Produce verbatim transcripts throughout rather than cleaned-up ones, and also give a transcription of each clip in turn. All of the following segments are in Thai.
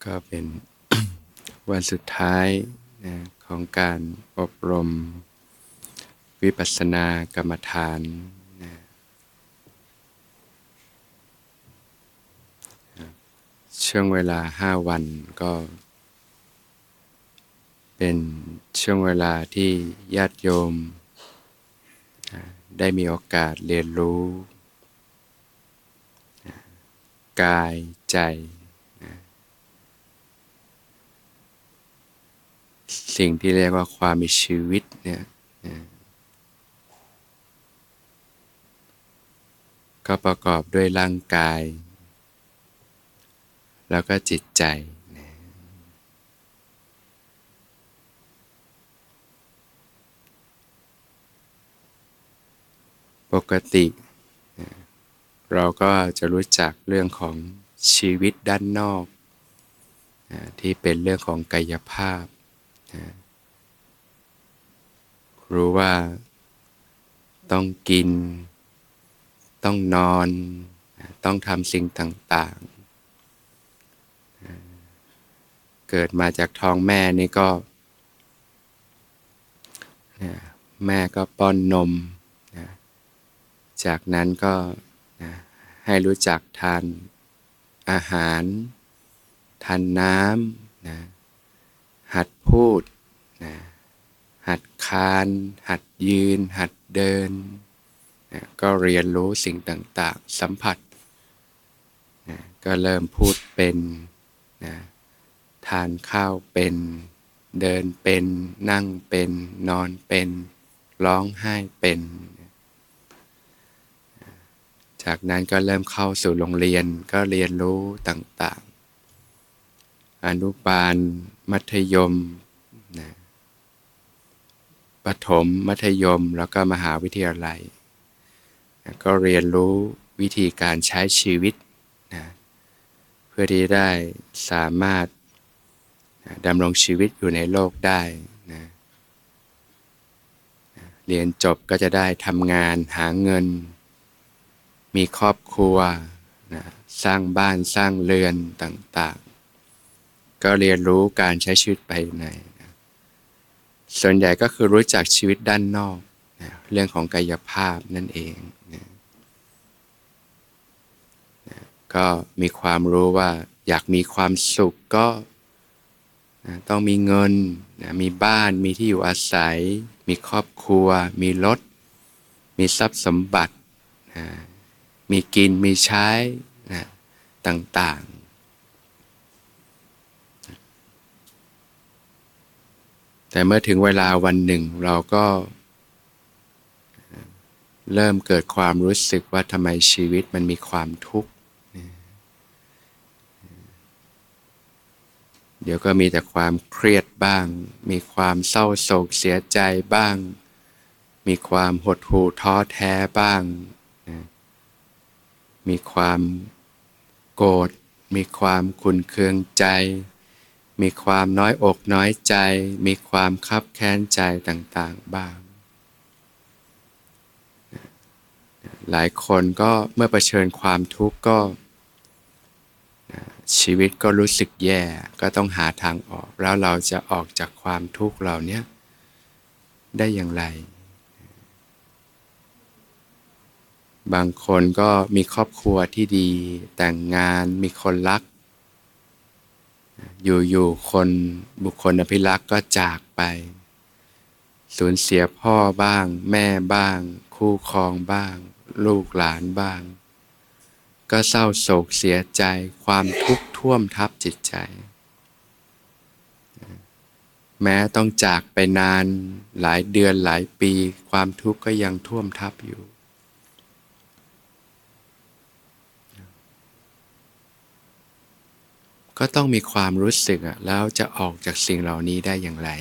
ก็เป็น วันสุดท้ายนะของการอบรมวิปัสสนากรรมฐานนะช่วงเวลาห้าวันก็เป็นช่วงเวลาที่ญาติโยมนะได้มีโอกาสเรียนรู้นะกายใจนะสิ่งที่เรียกว่าความมีชีวิตเนี่ยนะก็ประกอบด้วยร่างกายแล้วก็จิตใจนะปกตินะเราก็จะรู้จักเรื่องของชีวิตด้านนอกนะที่เป็นเรื่องของกายภาพนะรู้ว่าต้องกินต้องนอนนะต้องทำสิ่งต่างๆนะเกิดมาจากท้องแม่นี่ก็นะแม่ก็ป้อนนมนะจากนั้นก็นะให้รู้จักทานอาหารทานน้ำนะหัดพูดนะหัดคาน หัดยืน หัดเดินนะก็เรียนรู้สิ่งต่างๆสัมผัสนะก็เริ่มพูดเป็นนะทานข้าวเป็นเดินเป็นนั่งเป็นนอนเป็นร้องไห้เป็นจากนั้นก็เริ่มเข้าสู่โรงเรียนก็เรียนรู้ต่างๆอนุบาลมัธยมนะประถมมัธยมแล้วก็มหาวิทยาลัยนะก็เรียนรู้วิธีการใช้ชีวิตนะเพื่อที่ได้สามารถนะดำรงชีวิตอยู่ในโลกได้นะเรียนจบก็จะได้ทำงานหาเงินมีครอบครัวนะสร้างบ้านสร้างเรือนต่างๆก็เรียนรู้การใช้ชีวิตภายในนะส่วนใหญ่ก็คือรู้จักชีวิตด้านนอกนะเรื่องของกายภาพนั่นเองนะนะก็มีความรู้ว่าอยากมีความสุขก็นะต้องมีเงินนะมีบ้านมีที่อยู่อาศัยมีครอบครัวมีรถมีทรัพย์สมบัตินะมีกินมีใช้นะต่างๆแต่เมื่อถึงเวลาวันหนึ่งเราก็เริ่มเกิดความรู้สึกว่าทำไมชีวิตมันมีความทุกข์เดี๋ยวก็มีแต่ความเครียดบ้างมีความเศร้าโศกเสียใจบ้างมีความหดหู่ท้อแท้บ้างมีความโกรธมีความขุ่นเคืองใจมีความน้อยอกน้อยใจมีความคับแค้นใจต่างๆบ้างหลายคนก็เมื่อเผชิญความทุกข์ก็ชีวิตก็รู้สึกแย่ก็ต้องหาทางออกแล้วเราจะออกจากความทุกข์เหล่านี้ได้อย่างไรบางคนก็มีครอบครัวที่ดีแต่งงานมีคนรักอยู่ๆคนบุคคลอภิรักษ์ก็จากไปสูญเสียพ่อบ้างแม่บ้างคู่ครองบ้างลูกหลานบ้างก็เศร้าโศกเสียใจความทุกข์ท่วมทับจิตใจแม้ต้องจากไปนานหลายเดือนหลายปีความทุกข์ก็ยังท่วมทับอยู่ก็ต้องมีความรู้สึกอะแล้วจะออกจากสิ่งเหล่านี้ได้อย่างไร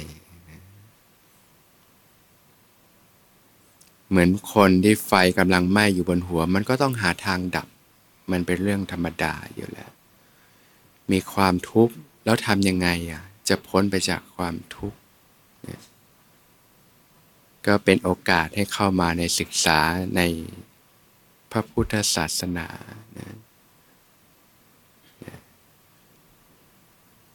เหมือนคนที่ไฟกำลังไหม้อยู่บนหัวมันก็ต้องหาทางดับมันเป็นเรื่องธรรมดาอยู่แล้วมีความทุกข์แล้วทำยังไงอ่ะจะพ้นไปจากความทุกข์ก็เป็นโอกาสให้เข้ามาในศึกษาในพระพุทธศาสนานะ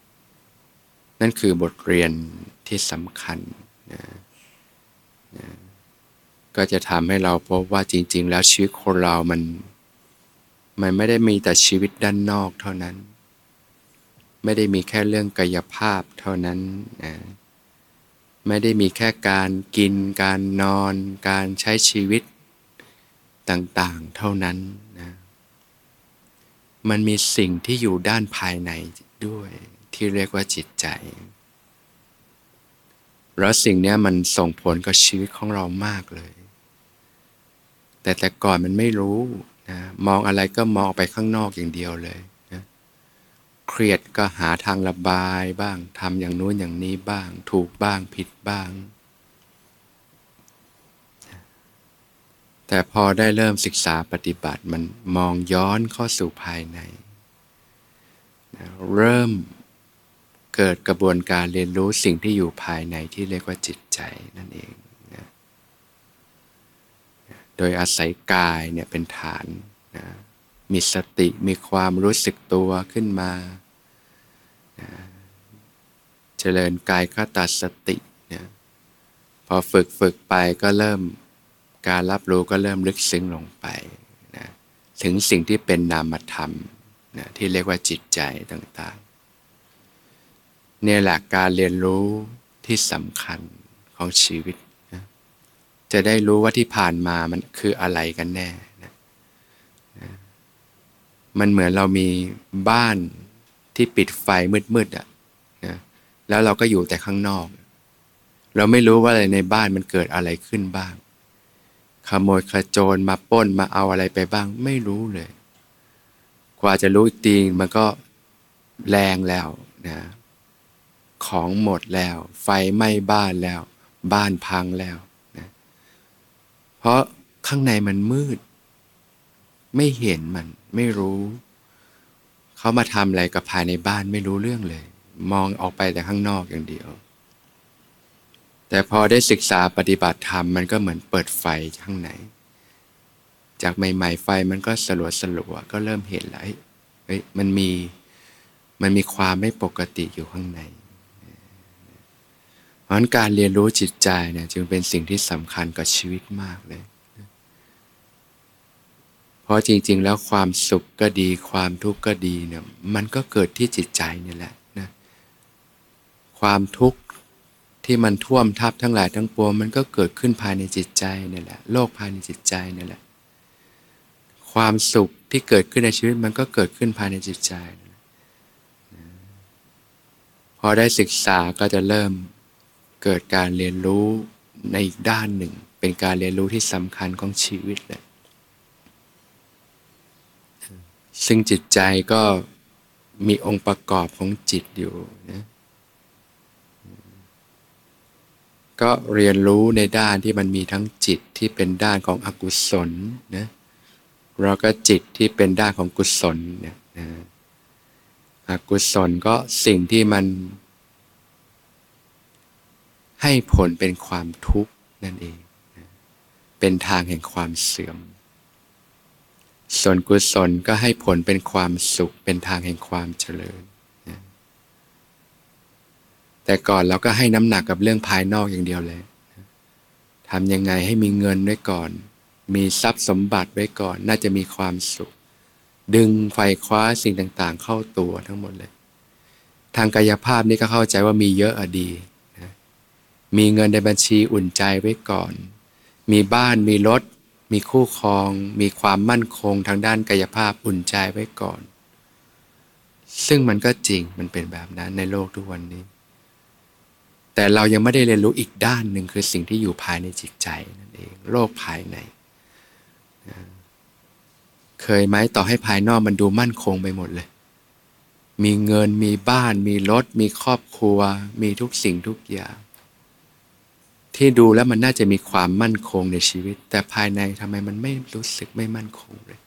นั่นคือบทเรียนที่สำคัญนะนะก็จะทำให้เราพบว่าจริงๆแล้วชีวิตคนเรามันมันไม่ได้มีแต่ชีวิตด้านนอกเท่านั้นไม่ได้มีแค่เรื่องกายภาพเท่านั้นนะไม่ได้มีแค่การกินการนอนการใช้ชีวิตต่างๆเท่านั้นนะมันมีสิ่งที่อยู่ด้านภายในด้วยที่เรียกว่าจิตใจแล้วสิ่งนี้มันส่งผลกับชีวิตของเรามากเลยแต่แต่ก่อนมันไม่รู้นะมองอะไรก็มองออกไปข้างนอกอย่างเดียวเลยนะเครียดก็หาทางระบายบ้างทำอย่างนู้นอย่างนี้บ้างถูกบ้างผิดบ้างแต่พอได้เริ่มศึกษาปฏิบัติมันมองย้อนเข้าสู่ภายในนะเริ่มเกิดกระบวนการเรียนรู้สิ่งที่อยู่ภายในที่เรียกว่าจิตใจนั่นเองนะโดยอาศัยกายเนี่ยเป็นฐานนะมีสติมีความรู้สึกตัวขึ้นมานะเจริญกายคตาสตินะพอฝึกฝึกไปก็เริ่มการรับรู้ก็เริ่มลึกซึ้งลงไปนะถึงสิ่งที่เป็นนามธรรมนะที่เรียกว่าจิตใจต่างๆเนี่ยแหละการเรียนรู้ที่สำคัญของชีวิตนะจะได้รู้ว่าที่ผ่านมามันคืออะไรกันแน่นะนะมันเหมือนเรามีบ้านที่ปิดไฟมืดๆอ่ะนะแล้วเราก็อยู่แต่ข้างนอกเราไม่รู้ว่าอะไรในบ้านมันเกิดอะไรขึ้นบ้างขโมยขโจรมาปล้นมาเอาอะไรไปบ้างไม่รู้เลยกว่าจะรู้อีกทีมันก็แรงแล้วนะของหมดแล้วไฟไหม้บ้านแล้วบ้านพังแล้วนะเพราะข้างในมันมืดไม่เห็นมันไม่รู้เขามาทำอะไรกับภายในบ้านไม่รู้เรื่องเลยมองออกไปแต่ข้างนอกอย่างเดียวแต่พอได้ศึกษาปฏิบัติธรรมมันก็เหมือนเปิดไฟข้างในจากใหม่ๆไฟมันก็สลัวสลัวก็เริ่มเห็นแล้วเฮ้ยมันมีมันมีความไม่ปกติอยู่ข้างในเพราะฉะนั้นการเรียนรู้จิตใจเนี่ยจึงเป็นสิ่งที่สำคัญกับชีวิตมากเลยเพราะจริงๆแล้วความสุขก็ดีความทุกข์ก็ดีเนี่ยมันก็เกิดที่จิตใจนี่แหละนะความทุกข์ที่มันท่วมทับทั้งหลายทั้งปวงมันก็เกิดขึ้นภายในจิตใจนี่แหละโลกภายในจิตใจนี่แหละความสุขที่เกิดขึ้นในชีวิตมันก็เกิดขึ้นภายในจิตใจพอได้ศึกษาก็จะเริ่มเกิดการเรียนรู้ในอีกด้านหนึ่งเป็นการเรียนรู้ที่สำคัญของชีวิตเลยซึ่งจิตใจก็มีองค์ประกอบของจิตอยู่นะก็เรียนรู้ในด้านที่มันมีทั้งจิตที่เป็นด้านของอกุศลนะแล้วก็จิตที่เป็นด้านของกุศลเนี่ยนะอกุศลก็สิ่งที่มันให้ผลเป็นความทุกข์นั่นเองนะเป็นทางแห่งความเสื่อมส่วนกุศลก็ให้ผลเป็นความสุขเป็นทางแห่งความเจริญนะแต่ก่อนเราก็ให้น้ำหนักกับเรื่องภายนอกอย่างเดียวเลยนะทำยังไงให้มีเงินไว้ก่อนมีทรัพย์สมบัติไว้ก่อนน่าจะมีความสุขดึงไขว่คว้าสิ่งต่างๆเข้าตัวทั้งหมดเลยทางกายภาพนี่ก็เข้าใจว่ามีเยอะอะดีนะมีเงินในบัญชีอุ่นใจไว้ก่อนมีบ้านมีรถมีคู่ครองมีความมั่นคงทางด้านกายภาพอุ่นใจไว้ก่อนซึ่งมันก็จริงมันเป็นแบบนั้นในโลกทุกวันนี้แต่เรายังไม่ได้เรียนรู้อีกด้านหนึ่งคือสิ่งที่อยู่ภายในจิตใจนั่นเองโลกภายในเคยไหมต่อให้ภายนอกมันดูมั่นคงไปหมดเลยมีเงินมีบ้านมีรถมีครอบครัวมีทุกสิ่งทุกอย่างที่ดูแล้วมันน่าจะมีความมั่นคงในชีวิตแต่ภายในทำไมมันไม่รู้สึกไม่มั่นคงเลย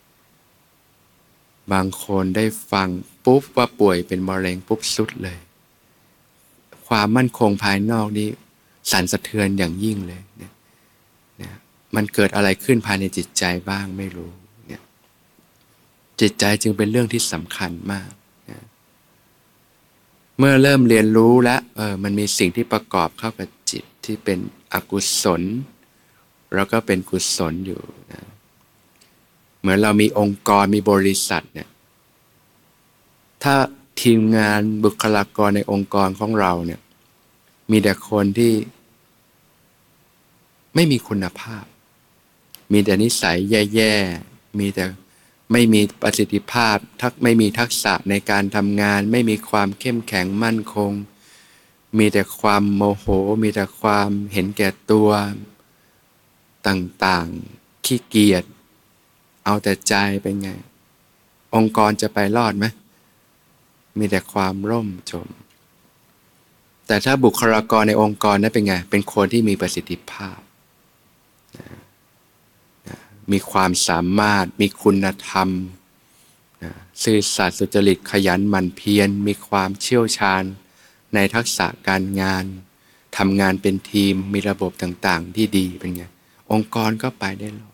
บางคนได้ฟังปุ๊บว่าป่วยเป็นมะเร็งปุ๊บสุดเลยความมั่นคงภายนอกนี้สั่นสะเทือนอย่างยิ่งเลยเนี่ยเนี่ยมันเกิดอะไรขึ้นภายในจิตใจบ้างไม่รู้เนี่ยจิตใจจึงเป็นเรื่องที่สำคัญมากนะเมื่อเริ่มเรียนรู้แล้วเออมันมีสิ่งที่ประกอบเข้ากับจิตที่เป็นอกุศลแล้วก็เป็นกุศลอยู่นะเหมือนเรามีองค์กรมีบริษัทเนี่ยถ้าทีมงานบุคลากรในองค์กรของเราเนี่ยมีแต่คนที่ไม่มีคุณภาพมีแต่นิสัยแย่ๆมีแต่ไม่มีประสิทธิภาพทักไม่มีทักษะในการทำงานไม่มีความเข้มแข็งมั่นคงมีแต่ความโมโหมีแต่ความเห็นแก่ตัวต่างๆขี้เกียจเอาแต่ใจเป็นไงองค์กรจะไปรอดไหมมีแต่ความร่มจมแต่ถ้าบุคลากรในองค์กรนั้นเป็นไงเป็นคนที่มีประสิทธิภาพมีความสามารถมีคุณธรรมซื่อสัตย์สุจริตขยันหมั่นเพียรมีความเชี่ยวชาญในทักษะการงานทำงานเป็นทีมมีระบบต่างๆที่ดีเป็นไงองค์กรก็ไปได้รอด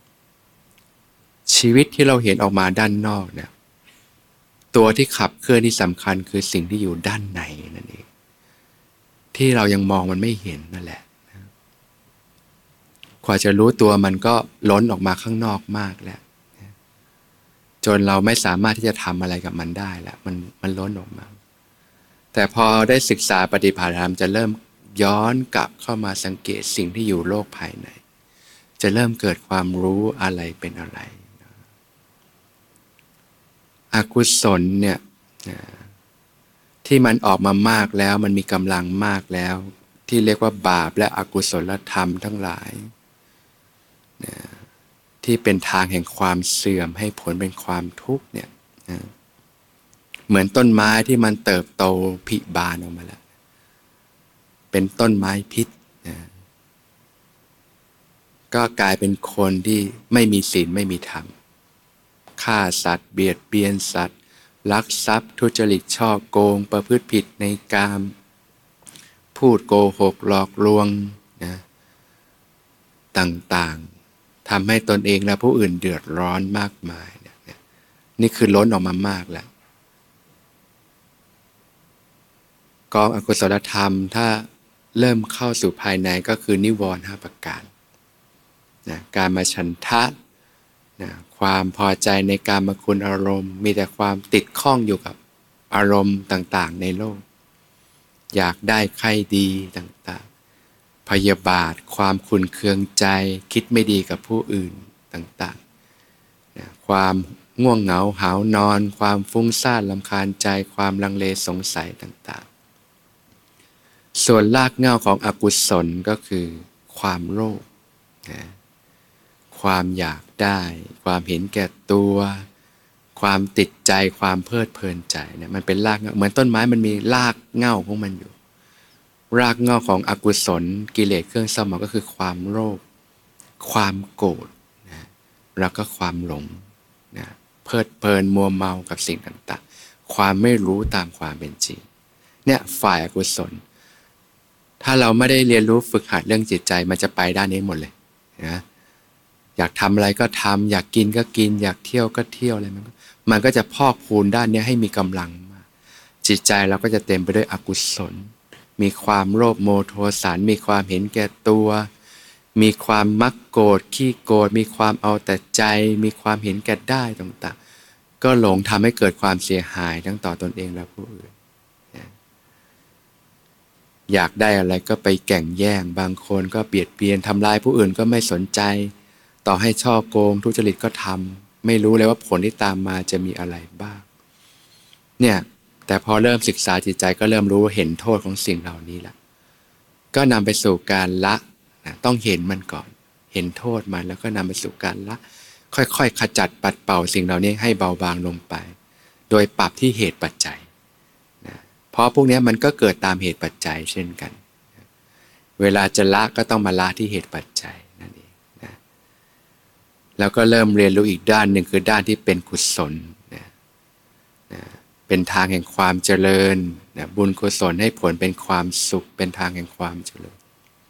ชีวิตที่เราเห็นออกมาด้านนอกเนี่ยตัวที่ขับเคลื่อนที่สำคัญคือสิ่งที่อยู่ด้านในนั่นเองที่เรายังมองมันไม่เห็นนั่นแหละกว่าจะรู้ตัวมันก็ล้นออกมาข้างนอกมากแล้วจนเราไม่สามารถที่จะทำอะไรกับมันได้แล้วมันมันล้นออกมาแต่พอได้ศึกษาปฏิภาณธรรมจะเริ่มย้อนกลับเข้ามาสังเกตสิ่งที่อยู่โลกภายในจะเริ่มเกิดความรู้อะไรเป็นอะไรอกุศลเนี่ยที่มันออกมามากแล้วมันมีกำลังมากแล้วที่เรียกว่าบาปและอกุศลธรรมทั้งหลายที่เป็นทางแห่งความเสื่อมให้ผลเป็นความทุกข์เนี่ยเหมือนต้นไม้ที่มันเติบโตผลิบานออกมาแล้วเป็นต้นไม้พิษนะก็กลายเป็นคนที่ไม่มีศีลไม่มีธรรมฆ่าสัตว์เบียดเบียนสัตว์ลักทรัพย์ทุจริตช่อโกงประพฤติผิดในกามพูดโกหกหลอกลวงนะต่างๆทำให้ตนเองและผู้อื่นเดือดร้อนมากมายเนี่ยนี่คือล้นออกมามากแล้วกองอกุศลธรรมถ้าเริ่มเข้าสู่ภายในก็คือนิวรณ์ห้าประการนะการมาฉันทะนะความพอใจในการมาคุณอารมณ์มีแต่ความติดข้องอยู่กับอารมณ์ต่างๆในโลกอยากได้ใครดีต่างๆพยาบาทความขุ่นเคืองใจคิดไม่ดีกับผู้อื่นต่างๆนะความง่วงเหงาหาวนอนความฟุ้งซ่านรำคาญใจความลังเลสงสัยต่างๆส่วนรากเหง้าของอกุศลก็คือความโลภนะความอยากได้ความเห็นแก่ตัวความติดใจความเพลิดเพลินใจเนี่ยมันเป็นรากเหง้าเหมือนต้นไม้มันมีรากเหง้าของมันอยู่รากเหง้าของอกุศลกิเลสเครื่องเศร้าหมองก็คือความโลภความโกรธนะแล้วก็ความหลงนะเพลิดเพลินมัวเมากับสิ่งต่างๆความไม่รู้ตามความเป็นจริงเนี่ยฝ่ายอกุศลถ้าเราไม่ได้เรียนรู้ฝึกหัดเรื่องจิตใจมันจะไปด้านนี้หมดเลยนะอยากทำอะไรก็ทำอยากกินก็กินอยากเที่ยวก็เที่ยวอะไรมันก็มันก็จะพอกพูนด้านนี้ให้มีกำลังมากจิตใจเราก็จะเต็มไปด้วยอกุศลมีความโลภโมโทสันมีความเห็นแก่ตัวมีความมักโกรธขี้โกรธมีความเอาแต่ใจมีความเห็นแก่ได้ต่างๆก็หลงทำให้เกิดความเสียหายทั้งต่อตนเองและผู้อื่นอยากได้อะไรก็ไปแก่งแย่งบางคนก็เบียดเบียนทำลายผู้อื่นก็ไม่สนใจต่อให้ช่อโกงทุจริตก็ทำไม่รู้เลยว่าผลที่ตามมาจะมีอะไรบ้างเนี่ยแต่พอเริ่มศึกษาจิตใจก็เริ่มรู้เห็นโทษของสิ่งเหล่านี้แล้วก็นำไปสู่การละนะต้องเห็นมันก่อนเห็นโทษมันแล้วก็นำไปสู่การละค่อยๆขจัดปัดเป่าสิ่งเหล่านี้ให้เบาบางลงไปโดยปรับที่เหตุปัจจัยนะเพราะพวกนี้มันก็เกิดตามเหตุปัจจัยเช่นกันเวลาจะละก็ต้องมาละที่เหตุปัจจัยนั่นเองนะแล้วก็เริ่มเรียนรู้อีกด้านหนึ่งคือด้านที่เป็นกุศลนะนะเป็นทางแห่งความเจริญนะบุญกุศลให้ผลเป็นความสุขเป็นทางแห่งความเจริญ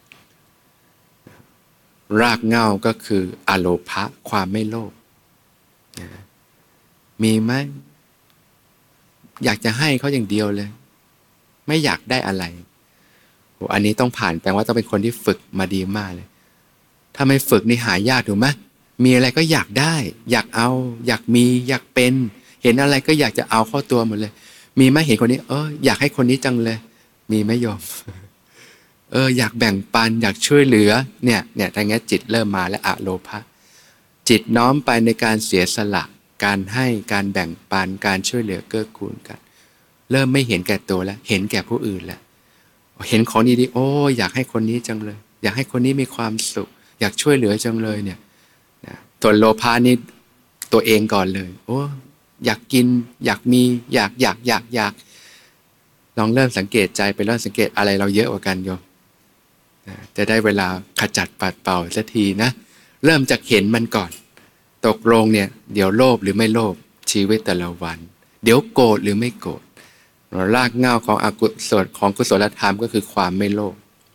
รากเหง้าก็คืออโลภะความไม่โลภนะมีไหมอยากจะให้เขาอย่างเดียวเลยไม่อยากได้อะไรโอ้อันนี้ต้องผ่านแปลว่าต้องเป็นคนที่ฝึกมาดีมากเลยถ้าไม่ฝึกนี่หายากถูกไหมมีอะไรก็อยากได้อยากเอาอยากมีอยากเป็นเห็นอะไรก็อยากจะเอาเข้าตัวหมดเลยมีไหมเห็นคนนี้เอออยากให้คนนี้จังเลยมีไหมโยมเอออยากแบ่งปันอยากช่วยเหลือเนี่ยเนี่ยทางนี้จิตเริ่มมาและอโลภะจิตน้อมไปในการเสียสละการให้การแบ่งปันการช่วยเหลือเกื้อกูลกันเริ่มไม่เห็นแก่ตัวแล้วเห็นแก่ผู้อื่นแล้วเห็นของดีๆโอ้อยากให้คนนี้จังเลยอยากให้คนนี้มีความสุขอยากช่วยเหลือจังเลยเนี่ยนะส่วนโลภะนี่ตัวเองก่อนเลยโอ้อยากกินอยากมีอยากอยากอยากอยากลองเริ่มสังเกตใจไปเริ่มสังเกตอะไรเราเยอะกว่ากันโยมนะจะได้เวลาขจัดปัดเป่าสักทีนะเริ่มจากเห็นมันก่อนตกลงเนี่ยเดี๋ยวโลภหรือไม่โลภชีวิตแต่ละวันเดี๋ยวโกรธหรือไม่โกรธรากเหง้าของอกุศลของกุศลธรรมก็คือความไม่โลภ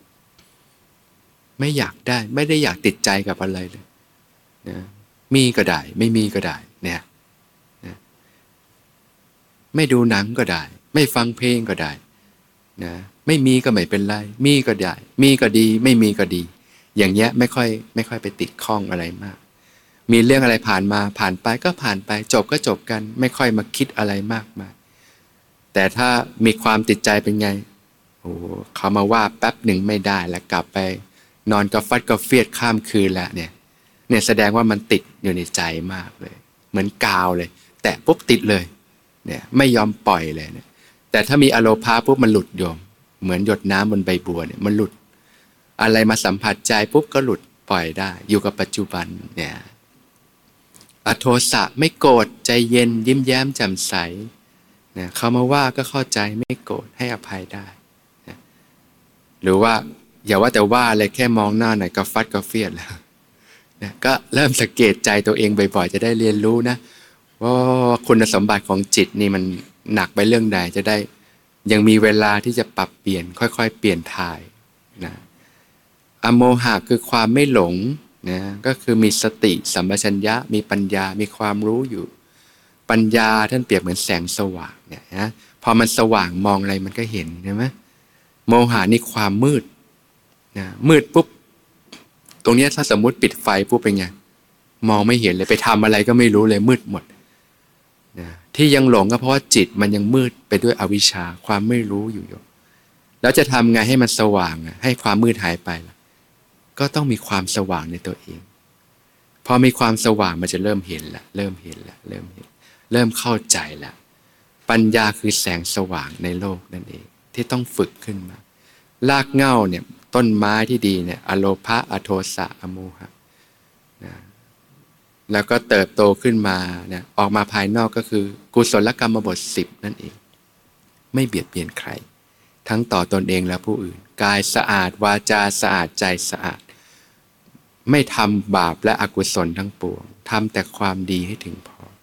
ไม่อยากได้ไม่ได้อยากติดใจกับอะไรเลยนะมีก็ได้ไม่มีก็ได้เนี่ยนะไม่ดูหนังก็ได้ไม่ฟังเพลงก็ได้นะไม่มีก็ไม่เป็นไรมีก็ได้มีก็ดีไม่มีก็ดีอย่างเงี้ยไม่ค่อยไม่ค่อยไปติดข้องอะไรมากมีเรื่องอะไรผ่านมาผ่านไปก็ผ่านไปจบก็จบกันไม่ค่อยมาคิดอะไรมากมายแต่ถ้ามีความติดใจเป็นไงโอ้เขามาว่าแป๊บหนึ่งไม่ได้แล้วกลับไปนอนกระฟัดกระเฟียดข้ามคืนแล้วเนี่ยเนี่ยแสดงว่ามันติดอยู่ในใจมากเลยเหมือนกาวเลยแตะปุ๊บติดเลยเนี่ยไม่ยอมปล่อยเลยเนี่ยแต่ถ้ามีอโลภะปุ๊บมันหลุดโยมเหมือนหยดน้ำบนใบบัวเนี่ยมันหลุดอะไรมาสัมผัสใจปุ๊บก็หลุดปล่อยได้อยู่กับปัจจุบันเนี่ยอโทสะไม่โกรธใจเย็นยิ้มแย้มแจ่มใสนะเขามาว่าก็เข้าใจไม่โกรธให้อภัยได้นะหรือว่าอย่าว่าแต่ว่าเลยแค่มองหน้าหน่อยก็ฟัดก็เฟียดแล้วนะก็เริ่มสังเกตใจตัวเองบ่อยๆจะได้เรียนรู้นะว่าคุณสมบัติของจิตนี่มันหนักไปเรื่องใดจะได้ยังมีเวลาที่จะปรับเปลี่ยนค่อยๆเปลี่ยนถ่ายนะอโมหะคือความไม่หลงนะก็คือมีสติสัมปชัญญะมีปัญญามีความรู้อยู่ปัญญาท่านเปรียบเหมือนแสงสว่างเนี่ยนะพอมันสว่างมองอะไรมันก็เห็นใช่ไหมโมหะนี่ความมืดนะมืดปุ๊บตรงนี้ถ้าสมมุติปิดไฟปุ๊บเป็นไงมองไม่เห็นเลยไปทำอะไรก็ไม่รู้เลยมืดหมดนะที่ยังหลงก็เพราะว่าจิตมันยังมืดไปด้วยอวิชชาความไม่รู้อยู่อยู่แล้วจะทำไงให้มันสว่างให้ความมืดหายไปล่ะก็ต้องมีความสว่างในตัวเองพอมีความสว่างมันจะเริ่มเห็นละเริ่มเห็นละเริ่มเห็นเริ่มเข้าใจละปัญญาคือแสงสว่างในโลกนั่นเองที่ต้องฝึกขึ้นมารากเหง้าเนี่ยต้นไม้ที่ดีเนี่ยอโลภะอโทสะอโมหะนะแล้วก็เติบโตขึ้นมาเนี่ยออกมาภายนอกก็คือกุศลกรรมบทสิบนั่นเองไม่เบียดเบียนใครทั้งต่อตนเองและผู้อื่นกายสะอาดวาจาสะอาดใจสะอาดไม่ทำบาปและอกุศลทั้งปวงทำแต่ความดีให้ถึงพอ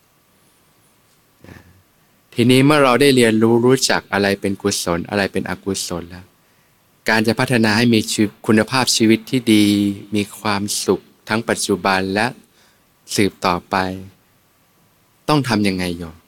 ทีนี้เมื่อเราได้เรียนรู้รู้จักอะไรเป็นกุศลอะไรเป็นอกุศลแล้วการจะพัฒนาให้มีคุณภาพชีวิตที่ดีมีความสุขทั้งปัจจุบันและสืบต่อไปต้องทำยังไงโยม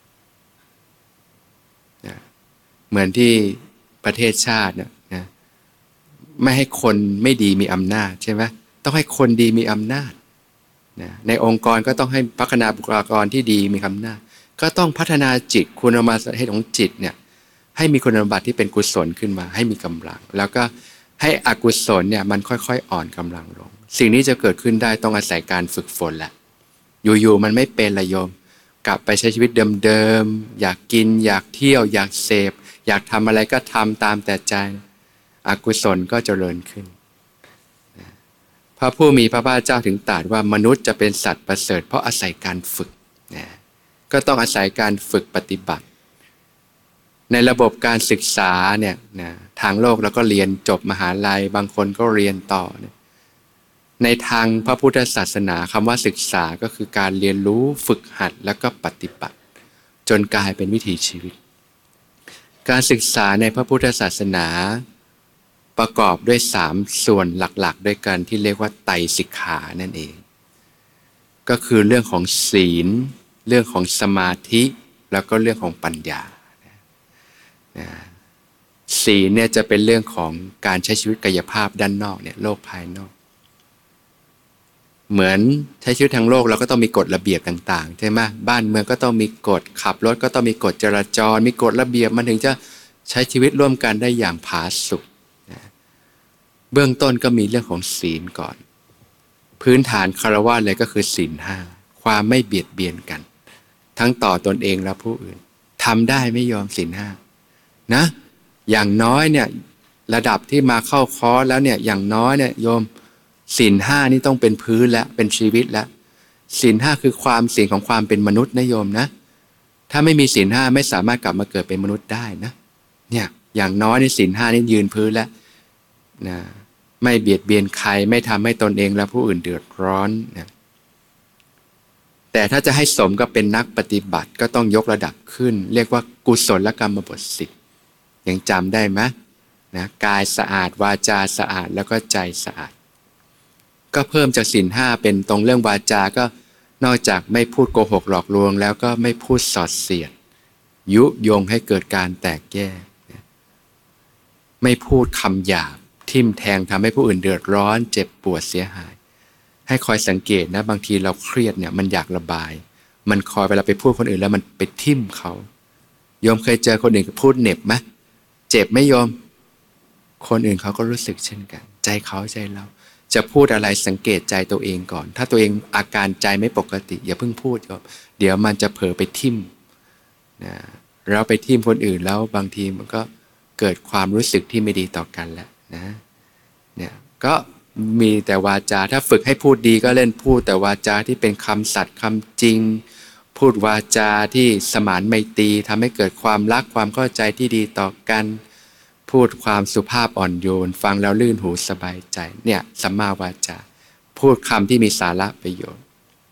เหมือนที่ประเทศชาติเนี่ยนะไม่ให้คนไม่ดีมีอำนาจใช่ไหมต้องให้คนดีมีอำนาจนะในองค์กรก็ต้องให้พัฒนาบุคลากรที่ดีมีอำนาจก็ต้องพัฒนาจิตคุณสมบัติของจิตเนี่ยให้มีคุณสมบัติที่เป็นกุศลขึ้นมาให้มีกำลังแล้วก็ให้อกุศลเนี่ยมันค่อยๆอ่อนกำลังลงสิ่งนี้จะเกิดขึ้นได้ต้องอาศัยการฝึกฝนแหละอยู่ๆมันไม่เป็นละโยมกลับไปใช้ชีวิตเดิมๆอยากกินอยากเที่ยวอยากเสพอยากทำอะไรก็ทำตามแต่ใจอกุศลก็เจริญขึ้นพระผู้มีพระภาคเจ้าถึงตรัสว่ามนุษย์จะเป็นสัตว์ประเสริฐเพราะอาศัยการฝึกนะก็ต้องอาศัยการฝึกปฏิบัติในระบบการศึกษาเนี่ยนะทางโลกเราก็เรียนจบมหาลัยบางคนก็เรียนต่อเนี่ยในทางพระพุทธศาสนาคำว่าศึกษาก็คือการเรียนรู้ฝึกหัดแล้วก็ปฏิบัติจนกลายเป็นวิถีชีวิตการศึกษาในพระพุทธศาสนาประกอบด้วยสามส่วนหลักๆด้วยกันที่เรียกว่าไตรสิกขานั่นเองก็คือเรื่องของศีลเรื่องของสมาธิแล้วก็เรื่องของปัญญาศีลเนี่ยจะเป็นเรื่องของการใช้ชีวิตกายภาพด้านนอกเนี่ยโลกภายนอกเหมือนใช้ชีวิตทางโลกเราก็ต้องมีกฎระเบียบต่างๆใช่ไหมบ้านเมืองก็ต้องมีกฎขับรถก็ต้องมีกฎจราจรมีกฎระเบียบมันถึงจะใช้ชีวิตร่วมกันได้อย่างผาสุกนะเบื้องต้นก็มีเรื่องของศีลก่อนพื้นฐานคฤหัสถ์เลยก็คือศีลห้าความไม่เบียดเบียนกันทั้งต่อตนเองและผู้อื่นทำได้ไม่ยอมศีลห้านะอย่างน้อยเนี่ยระดับที่มาเข้าคอร์สแล้วเนี่ยอย่างน้อยเนี่ยโยมศีลห้านี่ต้องเป็นพื้นแล้วเป็นชีวิตแล้วศีลห้าคือความศีลของความเป็นมนุษย์นะโยมนะถ้าไม่มีศีลห้าไม่สามารถกลับมาเกิดเป็นมนุษย์ได้นะเนี่ยอย่างน้อยในศีลห้านี่ยืนพื้นแล้วนะไม่เบียดเบียนใครไม่ทำให้ตนเองและผู้อื่นเดือดร้อนนะแต่ถ้าจะให้สมกับเป็นนักปฏิบัติก็ต้องยกระดับขึ้นเรียกว่ากุศลกรรมบทสิบยังจำได้ไหมนะกายสะอาดวาจาสะอาดแล้วก็ใจสะอาดก็เพิ่มจากศีลห้าเป็นตรงเรื่องวาจาก็นอกจากไม่พูดโกหกหลอกลวงแล้วก็ไม่พูดสอดเสียดยุยงให้เกิดการแตกแยกไม่พูดคำหยาบทิ่มแทงทำให้ผู้อื่นเดือดร้อนเจ็บปวดเสียหายให้คอยสังเกตนะบางทีเราเครียดเนี่ยมันอยากระบายมันคอยเวลาไปพูดคนอื่นแล้วมันไปทิ่มเขาโยมเคยเจอคนอื่นพูดเหน็บไหมเจ็บไหมโยมคนอื่นเขาก็รู้สึกเช่นกันใจเขาใจเราจะพูดอะไรสังเกตใจตัวเองก่อนถ้าตัวเองอาการใจไม่ปกติอย่าเพิ่งพูดโยมเดี๋ยวมันจะเผลอไปทิ่มนะเราไปทิ่มคนอื่นแล้วบางทีมันก็เกิดความรู้สึกที่ไม่ดีต่อกันแล้วนะเนี่ยก็มีแต่วาจาถ้าฝึกให้พูดดีก็เล่นพูดแต่วาจาที่เป็นคำสัตย์คำจริงพูดวาจาที่สมานไมตรีทำให้เกิดความรักความเข้าใจที่ดีต่อกันพูดความสุภาพอ่อนโยนฟังแล้วลื่นหูสบายใจเนี่ยสัมมาวาจาพูดคำที่มีสาระประโยชน์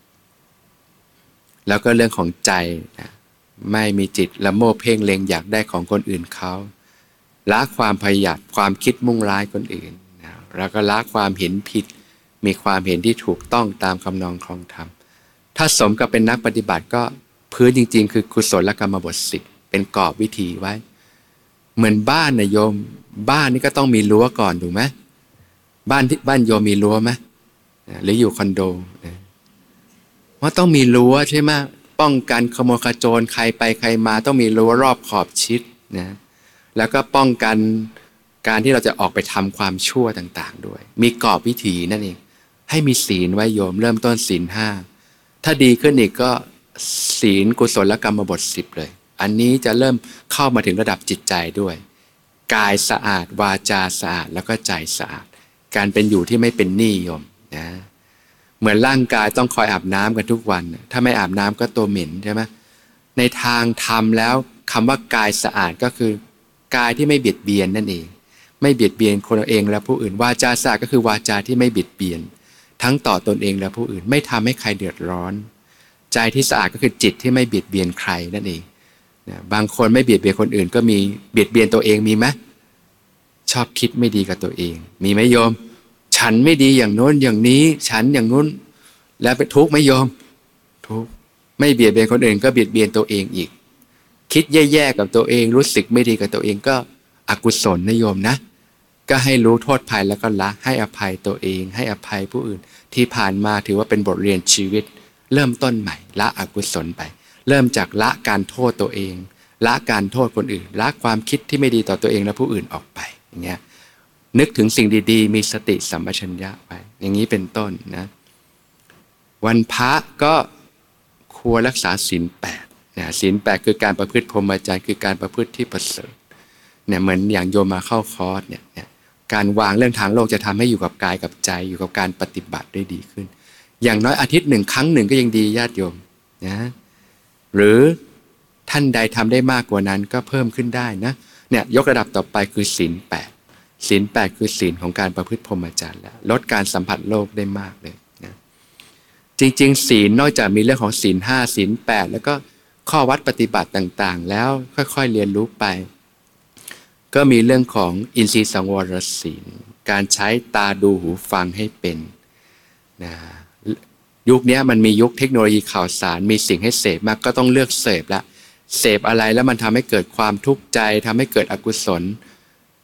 แล้วก็เรื่องของใจนะไม่มีจิตละโมบเพ่งเล็งอยากได้ของคนอื่นเขาละความพยาธิความคิดมุ่งร้ายคนอื่นนะแล้วก็ละความเห็นผิดมีความเห็นที่ถูกต้องตามคำนองครองธรรมถ้าสมกับเป็นนักปฏิบัติก็พื้นจริงๆคือกุศลกรรมบทสิบเป็นกรอบวิธีไว้เหมือนบ้านนะโยมบ้านนี่ก็ต้องมีรั้วก่อนถูกไหมบ้านที่บ้านโยมมีรั้วไหมหรืออยู่คอนโดว่าต้องมีรั้วใช่ไหมป้องกันขโมยขโจรใครไปใครมาต้องมีรั้วรอบขอบชิดนะแล้วก็ป้องกันการที่เราจะออกไปทำความชั่วต่างๆด้วยมีกรอบวิธีนั่นเองให้มีศีลไว้โยมเริ่มต้นศีลห้าถ้าดีขึ้นอีกก็ศีลกุศลกรรมบทสิบเลยอันนี้จะเริ่มเข้ามาถึงระดับจิตใจด้วยกายสะอาดวาจาสะอาดแล้วก็ใจสะอาดการเป็นอยู่ที่ไม่เป็นหนี้โยมนะเหมือนร่างกายต้องคอยอาบน้ำกันทุกวันถ้าไม่อาบน้ำก็ตัวเหม็นใช่ไหมในทางธรรมแล้วคำว่ากายสะอาดก็คือกายที่ไม่เบียดเบียนนั่นเองไม่เบียดเบียนคนเองและผู้อื่นวาจาสะอาดก็คือวาจาที่ไม่เบียดเบียนทั้งต่อตนเองและผู้อื่นไม่ทำให้ใครเดือดร้อนใจที่สะอาดก็คือจิตที่ไม่เบียดเบียนใครนั่นเองนะบางคนไม่เบียดเบียนคนอื่นก็มีเบียดเบียนตัวเองมีไหมชอบคิดไม่ดีกับตัวเองมีไหมโยมฉันไม่ดีอย่างโน้นอย่างนี้ฉันอย่างนู้นแล้วไปทุกข์ไหมโยมทุกข์ไม่เบียดเบียนคนอื่นก็เบียดเบียนตัวเองอีกคิดแย่ๆกับตัวเองรู้สึกไม่ดีกับตัวเองก็อกุศลนะโยมนะก็ให้รู้โทษภัยแล้วก็ละให้อภัยตัวเองให้อภัยผู้อื่นที่ผ่านมาถือว่าเป็นบทเรียนชีวิตเริ่มต้นใหม่ละอกุศลไปเริ่มจากละการโทษตัวเองละการโทษคนอื่นละความคิดที่ไม่ดีต่อตัวเองและผู้อื่นออกไปอย่างเงี้ยนึกถึงสิ่งดีๆมีสติสัมปชัญญะไปอย่างนี้เป็นต้นนะวันพระก็ควรรักษาศีลแปดนะศีลแปดคือการประพฤติพรหมจรรย์คือการประพฤติที่ประเสริฐเนี่ยเหมือนอย่างโยมมาเข้าคอร์สเนี่ยเนี่ยการวางเรื่องทางโลกจะทำให้อยู่กับกายกับใจอยู่กับการปฏิบัติได้ดีขึ้นอย่างน้อยอาทิตย์หนึ่งครั้งหนึ่งก็ยังดีญาติโยมนะหรือท่านใดทำได้มากกว่านั้นก็เพิ่มขึ้นได้นะเนี่ยยกระดับต่อไปคือศีลแปดศีลแปดคือศีลของการประพฤติพรหมจรรย์แล้วลดการสัมผัสโลกได้มากเลยนะจริงๆศีลนอกจากมีเรื่องของศีลห้าศีลแปดแล้วก็ข้อวัดปฏิบัติต่างๆแล้วค่อยๆเรียนรู้ไปก็มีเรื่องของอินทรีย์สังวรศีลการใช้ตาดูหูฟังให้เป็นนะยุคนี้มันมียุคเทคโนโลยีข่าวสารมีสิ่งให้เสพมากก็ต้องเลือกเสพละเสพอะไรแล้วมันทำให้เกิดความทุกข์ใจทำให้เกิดอกุศล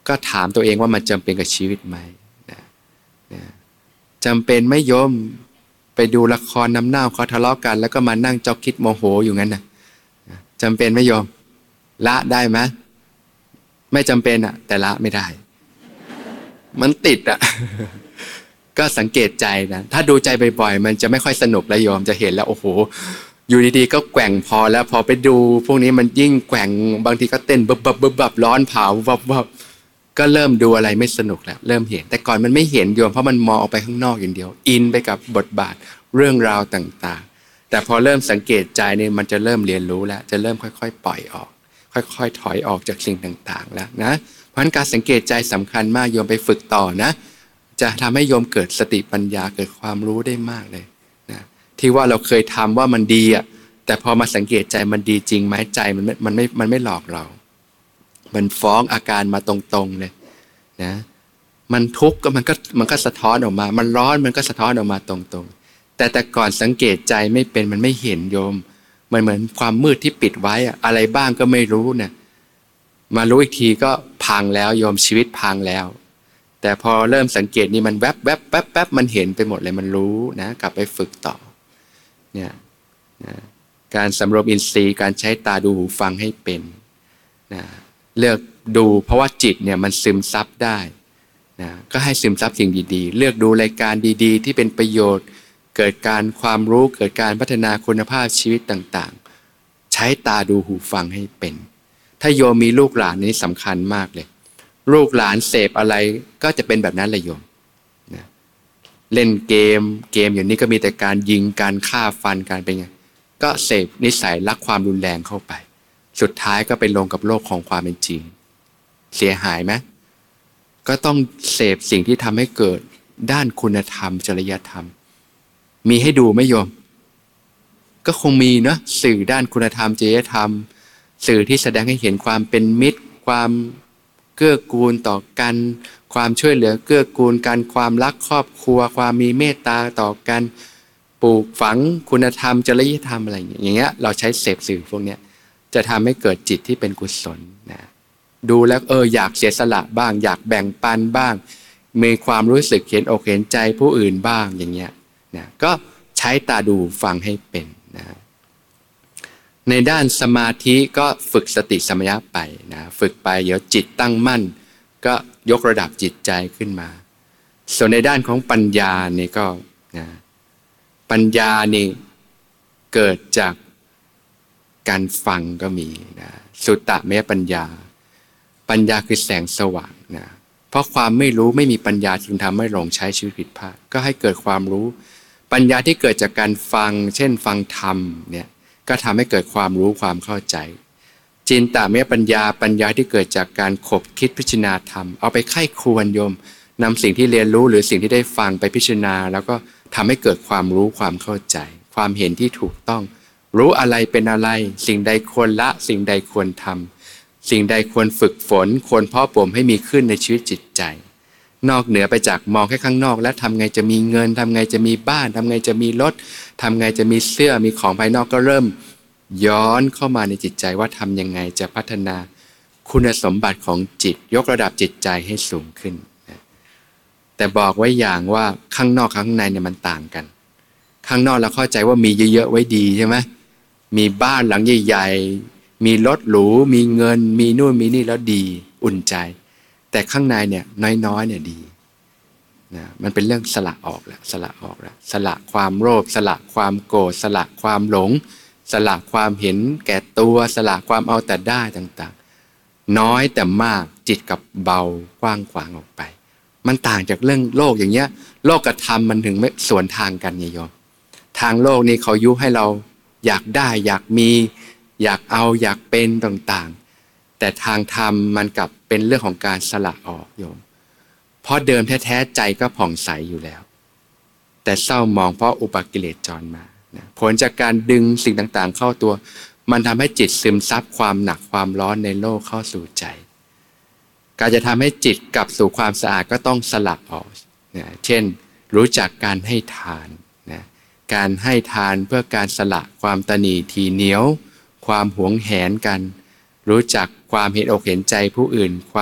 ก็ถามตัวเองว่ามันจำเป็นกับชีวิตไหมนะนะจำเป็นไม่โยมไปดูละครน้ำเน่าเขาทะเลาะกันแล้วก็มานั่งจ้องคิดโมโหอยู่งั้นนะจำเป็นไหมโยมละได้ไหมไม่จำเป็นอะแต่ละไม่ได้มันติดอะก็สังเกตใจนะถ้าดูใจบ่อยๆมันจะไม่ค่อยสนุกแล้วโยมจะเห็นแล้วโอ้โหอยู่ดีๆก็แกว่งพอแล้วพอไปดูพวกนี้มันยิ่งแกว่งบางทีก็เต้นบบบบบบร้อนเผาบบบบก็เริ่มดูอะไรไม่สนุกแล้วเริ่มเห็นแต่ก่อนมันไม่เห็นโยมเพราะมันมองออกไปข้างนอกอย่างเดียวอินไปกับบทบาทเรื่องราวต่างๆแต่พอเริ่มสังเกตใจเนี่ยมันจะเริ่มเรียนรู้แล้วจะเริ่มค่อยๆปล่อยออกค่อยๆถอยออกจากสิ่งต่างๆแล้วนะเพราะฉะนั้นการสังเกตใจสำคัญมากโยมไปฝึกต่อนะจะทำให้โยมเกิดสติปัญญาเกิดความรู้ได้มากเลยนะที่ว่าเราเคยทำว่ามันดีอ่ะแต่พอมาสังเกตใจมันดีจริงไหมใจมันไม่มันไม่มันไม่หลอกเรามันฟ้องอาการมาตรงๆเลยนะมันทุกข์ก็มันก็มันก็สะท้อนออกมามันร้อนมันก็สะท้อนออกมาตรงๆแต่แต่ก่อนสังเกตใจไม่เป็นมันไม่เห็นโยมมันเหมือนความมืดที่ปิดไว้อะอะไรบ้างก็ไม่รู้เนี่ยมารู้อีกทีก็พังแล้วโยมชีวิตพังแล้วแต่พอเริ่มสังเกตนี่มันแวบแวบแป๊บแป๊บมันเห็นไปหมดเลยมันรู้นะกลับไปฝึกต่อเนี่ยนะการสำรวมอินทรีย์การใช้ตาดูหูฟังให้เป็นนะเลือกดูเพราะว่าจิตเนี่ยมันซึมซับได้นะก็ให้ซึมซับสิ่งดีๆเลือกดูรายการดีๆที่เป็นประโยชน์เกิดการความรู้เกิดการพัฒนาคุณภาพชีวิตต่างๆใช้ตาดูหูฟังให้เป็นถ้าโยมมีลูกหลานนี้สำคัญมากเลยลูกหลานเสพอะไรก็จะเป็นแบบนั้นเลยโยมนะเล่นเกมเกมอย่างนี้ก็มีแต่การยิงการฆ่าฟันการเป็นไงก็เสพนิสัยรักความรุนแรงเข้าไปสุดท้ายก็ไปลงกับโลกของความเป็นจริงเสียหายไหมก็ต้องเสพสิ่งที่ทำให้เกิดด้านคุณธรรมจริยธรรมมีให้ดูไหมโยมก็คงมีเนาะสื่อด้านคุณธรรมจริยธรรมสื่อที่แสดงให้เห็นความเป็นมิตรความเกื้อกูลต่อกันความช่วยเหลือเกื้อกูลกันความรักครอบครัวความมีเมตตาต่อกันปลูกฝังคุณธรรมจริยธรรมอะไรอย่างเงี้ยอย่างเงี้ยเราใช้เสพสื่อพวกเนี้ยจะทำให้เกิดจิตที่เป็นกุศลนะดูแล้วเอออยากเสียสละบ้างอยากแบ่งปันบ้างมีความรู้สึกเห็นอกเห็นใจผู้อื่นบ้างอย่างเงี้ยนะก็ใช้ตาดูฟังให้เป็นนะในด้านสมาธิก็ฝึกสติสัมปชัญญะไปนะฝึกไปเดี๋ยวจิตตั้งมั่นก็ยกระดับจิตใจขึ้นมาส่วนในด้านของปัญญานี่ก็นะปัญญานี่เกิดจากการฟังก็มีนะสุตตะเมปัญญาปัญญาคือแสงสว่างนะเพราะความไม่รู้ไม่มีปัญญาจึงทำให้หลงใช้ชีวิตผิดพลาดก็ให้เกิดความรู้ปัญญาที่เกิดจากการฟังเช่นฟังธรรมเนี่ยก็ทำให้เกิดความรู้ความเข้าใจจินตเมปัญญาปัญญาที่เกิดจากการขบคิดพิจารณาธรรมเอาไปไข้ครวญโยมนำสิ่งที่เรียนรู้หรือสิ่งที่ได้ฟังไปพิจารณาแล้วก็ทำให้เกิดความรู้ความเข้าใจความเห็นที่ถูกต้องรู้อะไรเป็นอะไรสิ่งใดควรละสิ่งใดควรทำสิ่งใดควรฝึกฝนควรเพาะบ่มให้มีขึ้นในชีวิตจิตใจนอกเหนือไปจากมองแค่ข้างนอกแล้วทำไงจะมีเงินทำไงจะมีบ้านทำไงจะมีรถทำไงจะมีเสื้อมีของภายนอกก็เริ่มย้อนเข้ามาในจิตใจว่าทำยังไงจะพัฒนาคุณสมบัติของจิตยกระดับจิตใจให้สูงขึ้นนะแต่บอกไว้อย่างว่าข้างนอกข้างในเนี่ยมันต่างกันข้างนอกเราเข้าใจว่ามีเยอะๆไว้ดีใช่ไหมมีบ้านหลังใหญ่ๆมีรถหรูมีเงินมีนู่นมีนี่แล้วดีอุ่นใจแต่ข้างในเนี่ยน้อยๆเนี่ยดีนะมันเป็นเรื่องสละออกแล้วสละออกแล้วสละความโลภสละความโกรธสละความหลงสละความเห็นแก่ตัวสละความเอาแต่ได้ต่างๆน้อยแต่มากจิตกับเบากว้างขวางออกไปมันต่างจากเรื่องโลกอย่างเงี้ยโลกกับธรรมมันถึงไม่สวนทางกันไงโยมทางโลกนี้เขายุให้เราอยากได้อยากมีอยากเอาอยากเป็นต่างๆแต่ทางธรรมมันกลับเป็นเรื่องของการสละออกโยมเพราะเดิมแท้ๆใจก็ผ่องใสอยู่แล้วแต่เศร้ามองเพราะอุปกิเลสจรมานะผลจากการดึงสิ่งต่างๆเข้าตัวมันทำให้จิตซึมซับความหนักความร้อนในโลกเข้าสู่ใจการจะทำให้จิตกลับสู่ความสะอาดก็ต้องสละออกนะเช่นรู้จักการให้ทานนะการให้ทานเพื่อการสละความตนีทีเหนียวความหวงแหนกันรู้จักความเห็นอกเห็นใจผู้อื่นความ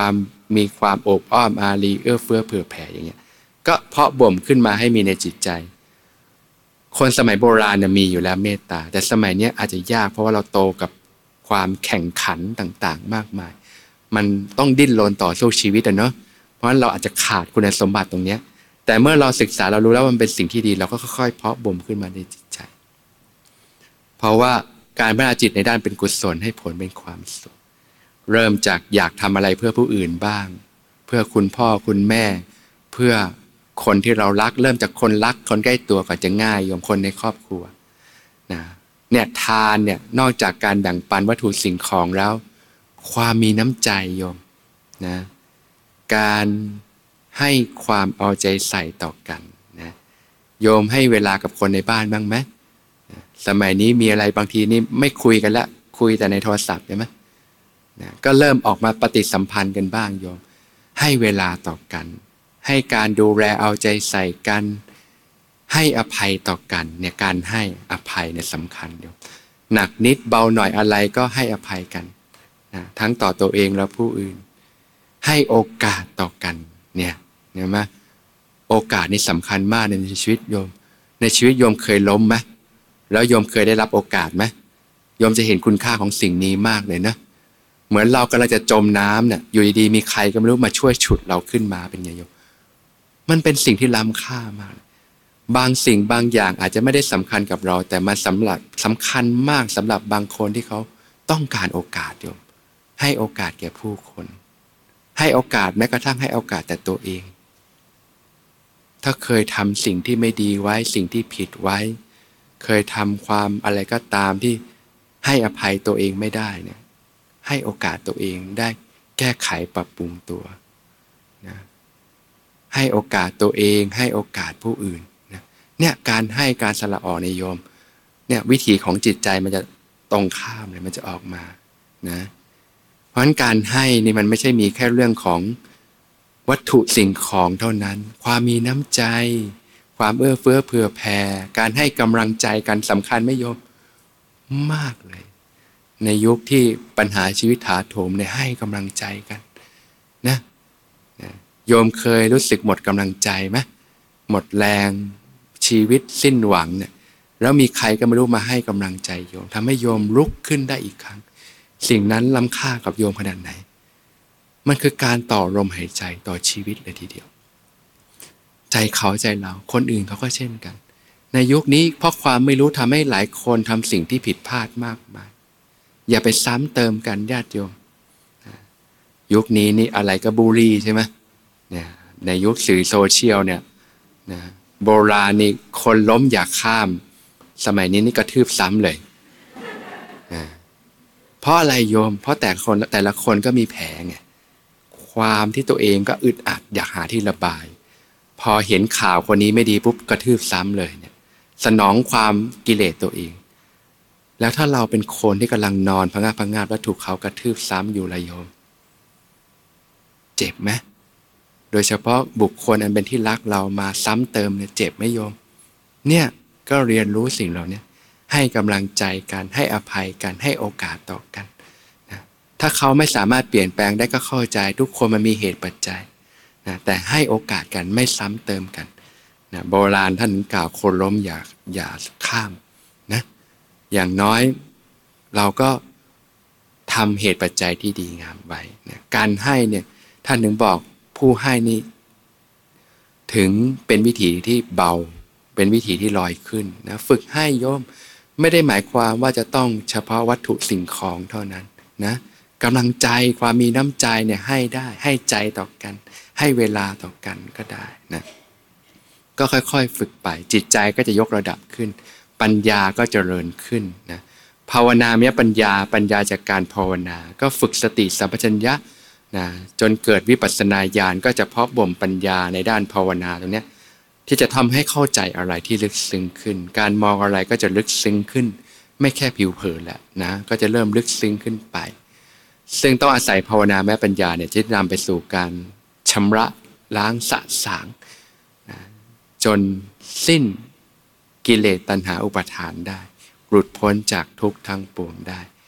มีความโอบอ้อมอารีเอื้อเฟื้อเผื่อแผ่อย่างเงี้ยก็เพาะบ่มขึ้นมาให้มีในจิตใจคนสมัยโบราณเนี่ยมีอยู่แล้วเมตตาแต่สมัยนี้อาจจะยากเพราะว่าเราโตกับความแข่งขันต่างๆมากมายมันต้องดิ้นรนต่อสู้ชีวิตอะเนาะเพราะฉะนั้นเราอาจจะขาดคุณสมบัติตรงนี้แต่เมื่อเราศึกษาเรารู้แล้วมันเป็นสิ่งที่ดีเราก็ค่อยๆเพาะบ่มขึ้นมาในจิตใจเพราะว่าการพัฒนาจิตในด้านเป็นกุศลให้ผลเป็นความสุขเริ่มจากอยากทำอะไรเพื่อผู้อื่นบ้างเพื่อคุณพ่อคุณแม่เพื่อคนที่เรารักเริ่มจากคนรักคนใกล้ตัวก่อนจะง่ายโยมคนในครอบครัวนะเนี่ยทานเนี่ยนอกจากการแบ่งปันวัตถุสิ่งของแล้วความมีน้ำใจโยมนะการให้ความเอาใจใส่ต่อกันนะโยมให้เวลากับคนในบ้านบ้างไหมนะสมัยนี้มีอะไรบางทีนี่ไม่คุยกันละคุยแต่ในโทรศัพท์ใช่ไหมนะก็เริ่มออกมาปฏิสัมพันธ์กันบ้างโยมให้เวลาต่อกันให้การดูแลเอาใจใส่กันให้อภัยต่อกันเนี่ยการให้อภัยเนี่ยสำคัญโยมหนักนิดเบาหน่อยอะไรก็ให้อภัยกันนะทั้งต่อตัวเองและผู้อื่นให้โอกาสต่อกันเนี่ยเห็นไหมโอกาสนี่สำคัญมากในชีวิตโยมในชีวิตโยมเคยล้มไหมแล้วโยมเคยได้รับโอกาสไหมโยมจะเห็นคุณค่าของสิ่งนี้มากเลยนะเหมือนเรากำลังจะจมน้ำเนี่ยอยู่ดีๆมีใครก็ไม่รู้มาช่วยฉุดเราขึ้นมาเป็นไงโยมมันเป็นสิ่งที่ล้ำค่ามากบางสิ่งบางอย่างอาจจะไม่ได้สำคัญกับเราแต่มันสำหรับสำคัญมากสำหรับบางคนที่เขาต้องการโอกาสโยมให้โอกาสแก่ผู้คนให้โอกาสแม้กระทั่งให้โอกาสแต่ตัวเองถ้าเคยทำสิ่งที่ไม่ดีไว้สิ่งที่ผิดไว้เคยทำความอะไรก็ตามที่ให้อภัยตัวเองไม่ได้เนี่ยให้โอกาสตัวเองได้แก้ไขปรับปรุงตัวนะให้โอกาสตัวเองให้โอกาสผู้อื่นนะเนี่ยการให้การสละออกในโยมเนี่ยวิถีของจิตใจมันจะตรงข้ามเลยมันจะออกมานะเพราะฉะนั้นการให้นี่มันไม่ใช่มีแค่เรื่องของวัตถุสิ่งของเท่านั้นความมีน้ำใจความเอื้อเฟื้อเผื่อแผ่การให้กำลังใจกันสำคัญไหมโยมมากเลยในยุคที่ปัญหาชีวิตถาโถมเนี่ยให้กำลังใจกันนะโยมเคยรู้สึกหมดกำลังใจไหมหมดแรงชีวิตสิ้นหวังเนี่ยแล้วมีใครก็ไม่รู้มาให้กำลังใจโยมทำให้โยมลุกขึ้นได้อีกครั้งสิ่งนั้นล้ำค่ากับโยมขนาดไหนมันคือการต่อลมหายใจต่อชีวิตเลยทีเดียวใจเขาใจเราคนอื่นเขาก็เช่นกันในยุคนี้เพราะความไม่รู้ทำให้หลายคนทำสิ่งที่ผิดพลาดมากมายอย่าไปซ้ำเติมกันญาติโยมยุคนี้นี่อะไรก็บูลลี่ใช่ไหมเนี่ยในยุคสื่อโซเชียลเนี่ยนะโบราณนี่คนล้มอย่าข้ามสมัยนี้นี่กระทืบซ้ำเลยนะเพราะอะไรโยมเพราะแต่คนแต่ละคนก็มีแผลไงความที่ตัวเองก็อึดอัดอยากหาที่ระบายพอเห็นข่าวคนนี้ไม่ดีปุ๊บกระทืบซ้ำเลยเนี่ยสนองความกิเลสตัวเองแล้วถ้าเราเป็นคนที่กำลังนอนพะงาบพะงาบแล้วถูกเขากระทืบซ้ำอยู่ละโยมเจ็บไหมโดยเฉพาะบุคคลอันเป็นที่รักเรามาซ้ำเติมเนี่ยเจ็บไหมโยมเนี่ยก็เรียนรู้สิ่งเหล่านี้ให้กำลังใจกันให้อภัยกันให้โอกาสต่อกันนะถ้าเขาไม่สามารถเปลี่ยนแปลงได้ก็เข้าใจทุกคนมันมีเหตุปัจจัยนะแต่ให้โอกาสกันไม่ซ้ำเติมกันนะโบราณท่านกล่าวคนล้มอย่าอย่าข้ามนะอย่างน้อยเราก็ทำเหตุปัจจัยที่ดีงามไว้นะการให้เนี่ยท่านถึงบอกผู้ให้นี่ถึงเป็นวิถีที่เบาเป็นวิถีที่ลอยขึ้นนะฝึกให้โยมไม่ได้หมายความว่าจะต้องเฉพาะวัตถุสิ่งของเท่านั้นนะกำลังใจความมีน้ำใจเนี่ยให้ได้ให้ใจต่อกันให้เวลาต่อกันก็ได้นะก็ค่อยๆฝึกไปจิตใจก็จะยกระดับขึ้นปัญญาก็เจริญขึ้นนะภาวนาเนี้ยปัญญาปัญญาจากการภาวนาก็ฝึกสติสัมปชัญญะนะจนเกิดวิปัสสนาญาณก็จะเพาะบ่มปัญญาในด้านภาวนาตรงเนี้ยที่จะทำให้เข้าใจอะไรที่ลึกซึ้งขึ้นการมองอะไรก็จะลึกซึ้งขึ้นไม่แค่ผิวเผินแหละนะก็จะเริ่มลึกซึ้งขึ้นไปซึ่งต้องอาศัยภาวนาแม้ปัญญาเนี่ยจะนำไปสู่การชำระล้างสะสางนะจนสิ้นกิเลสตัณหาอุปาทานได้หลุดพ้นจากทุกข์ทั้งปวงได้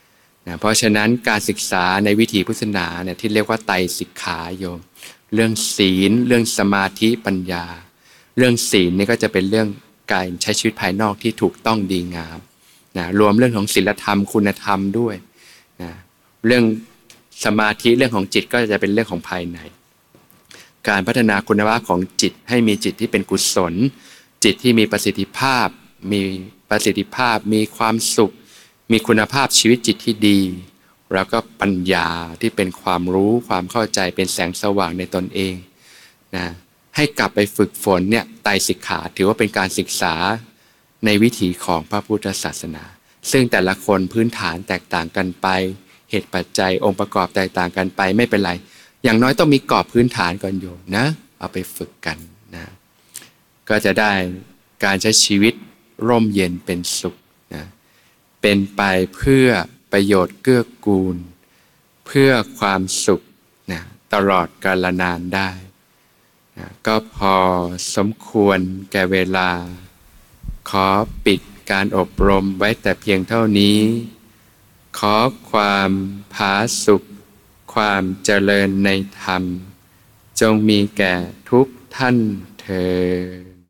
นะเพราะฉะนั้นการศึกษาในวิถีพุทธศาสนาเนี่ยที่เรียกว่าไตรสิกขาโยมเรื่องศีลเรื่องสมาธิปัญญาเรื่องศีลนี่ก็จะเป็นเรื่องการใช้ชีวิตภายนอกที่ถูกต้องดีงามนะรวมเรื่องของศีลธรรมคุณธรรมด้วยนะเรื่องสมาธิเรื่องของจิตก็จะเป็นเรื่องของภายในการพัฒนาคุณภาพของจิตให้มีจิตที่เป็นกุศลจิตที่มีประสิทธิภาพมีประสิทธิภาพมีความสุขมีคุณภาพชีวิตจิตที่ดีแล้วก็ปัญญาที่เป็นความรู้ความเข้าใจเป็นแสงสว่างในตนเองนะให้กลับไปฝึกฝนเนี่ยไตรสิกขาถือว่าเป็นการศึกษาในวิถีของพระพุทธศาสนาซึ่งแต่ละคนพื้นฐานแตกต่างกันไปเหตุปัจจัยองค์ประกอบแตกต่างกันไปไม่เป็นไรอย่างน้อยต้องมีกรอบพื้นฐานก่อนโยมนะเอาไปฝึกกันนะก็จะได้การใช้ชีวิตร่มเย็นเป็นสุขนะเป็นไปเพื่อประโยชน์เกื้อกูลเพื่อความสุขนะตลอดกาลนานได้นะก็พอสมควรแก่เวลาขอปิดการอบรมไว้แต่เพียงเท่านี้ขอความผาสุกความเจริญในธรรมจงมีแก่ทุกท่านเทอญ